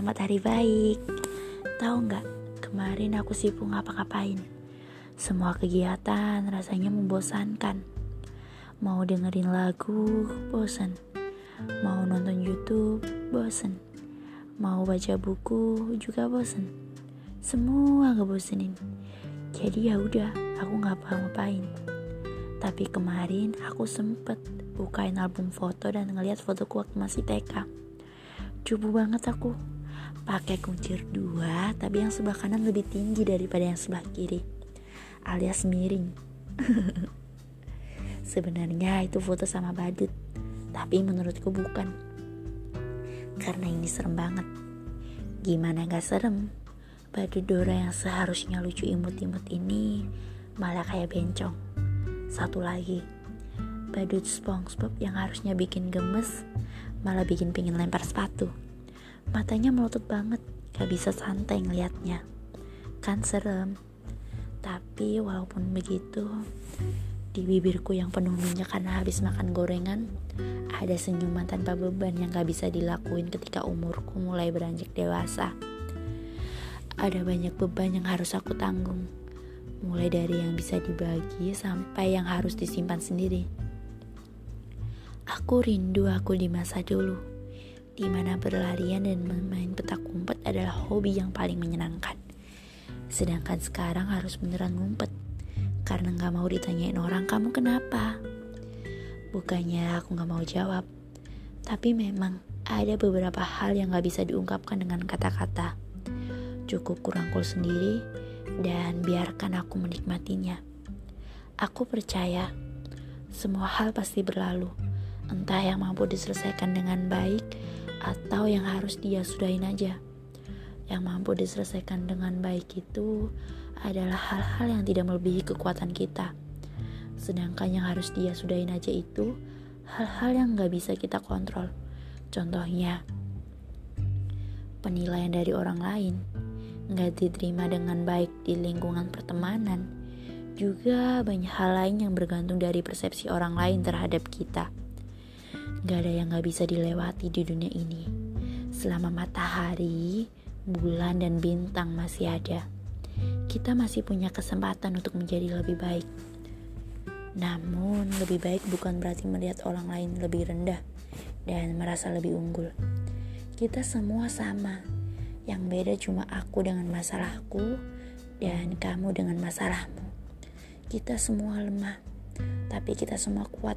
Selamat hari baik. Tahu nggak, kemarin aku sibuk ngapa-ngapain. Semua kegiatan rasanya membosankan. Mau dengerin lagu, bosan. Mau nonton YouTube, bosan. Mau baca buku, juga bosan. Semua ngebosenin. Jadi ya udah, aku ngapa-ngapain. Tapi kemarin aku sempet bukain album foto dan ngeliat fotoku waktu masih TK. Cupu banget aku. Pakai kuncir 2, tapi yang sebelah kanan lebih tinggi daripada yang sebelah kiri, alias miring. Sebenarnya itu foto sama badut, tapi menurutku bukan. Karena ini serem banget. Gimana gak serem? Badut Dora yang seharusnya lucu imut-imut ini malah kayak bencong. Satu lagi, badut SpongeBob yang harusnya bikin gemes malah bikin pingin lempar sepatu. Matanya melotot banget, gak bisa santai ngeliatnya. Kan serem. Tapi walaupun begitu, di bibirku yang penuh minyak karena habis makan gorengan, ada senyuman tanpa beban yang gak bisa dilakuin ketika umurku mulai beranjak dewasa. Ada banyak beban yang harus aku tanggung, mulai dari yang bisa dibagi sampai yang harus disimpan sendiri. Aku rindu aku di masa dulu, di mana berlarian dan bermain petak umpet adalah hobi yang paling menyenangkan. Sedangkan sekarang harus beneran ngumpet, karena gak mau ditanyain orang, kamu kenapa? Bukannya aku gak mau jawab, tapi memang ada beberapa hal yang gak bisa diungkapkan dengan kata-kata. Cukup kurangkul sendiri dan biarkan aku menikmatinya. Aku percaya semua hal pasti berlalu, entah yang mampu diselesaikan dengan baik atau yang harus dia sudahin aja. Yang mampu diselesaikan dengan baik itu adalah hal-hal yang tidak melebihi kekuatan kita. Sedangkan yang harus dia sudahin aja itu hal-hal yang gak bisa kita kontrol. Contohnya, penilaian dari orang lain gak diterima dengan baik di lingkungan pertemanan. Juga banyak hal lain yang bergantung dari persepsi orang lain terhadap kita. Gak ada yang gak bisa dilewati di dunia ini selama matahari, bulan, dan bintang masih ada. Kita masih punya kesempatan untuk menjadi lebih baik. Namun lebih baik bukan berarti melihat orang lain lebih rendah dan merasa lebih unggul. Kita semua sama. Yang beda cuma aku dengan masalahku dan kamu dengan masalahmu. Kita semua lemah, tapi kita semua kuat.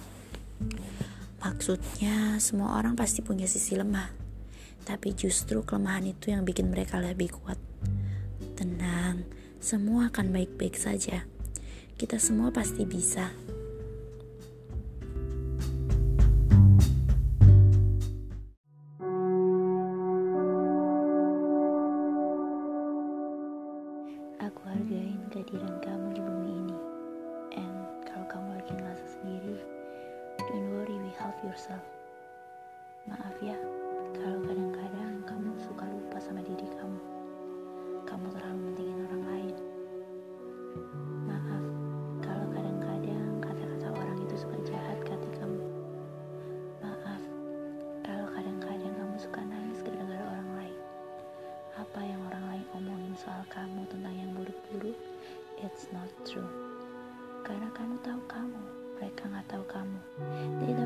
Maksudnya semua orang pasti punya sisi lemah, tapi justru kelemahan itu yang bikin mereka lebih kuat. Tenang, semua akan baik-baik saja. Kita semua pasti bisa. Aku hargain kehadiran kamu di bumi ini. And kalau kamu lagi ngerasa sendiri, don't worry, we help yourself. Maaf ya, kalau kadang-kadang kamu suka lupa sama diri kamu. Kamu terlalu mentingin orang lain. Maaf, kalau kadang-kadang kata-kata orang itu suka jahat ke hati kamu. Maaf, kalau kadang-kadang kamu suka nangis gara-gara orang lain. Apa yang orang lain omongin soal kamu tentang yang buruk-buruk, it's not true. Karena kamu tahu kamu, mereka gak tahu kamu. They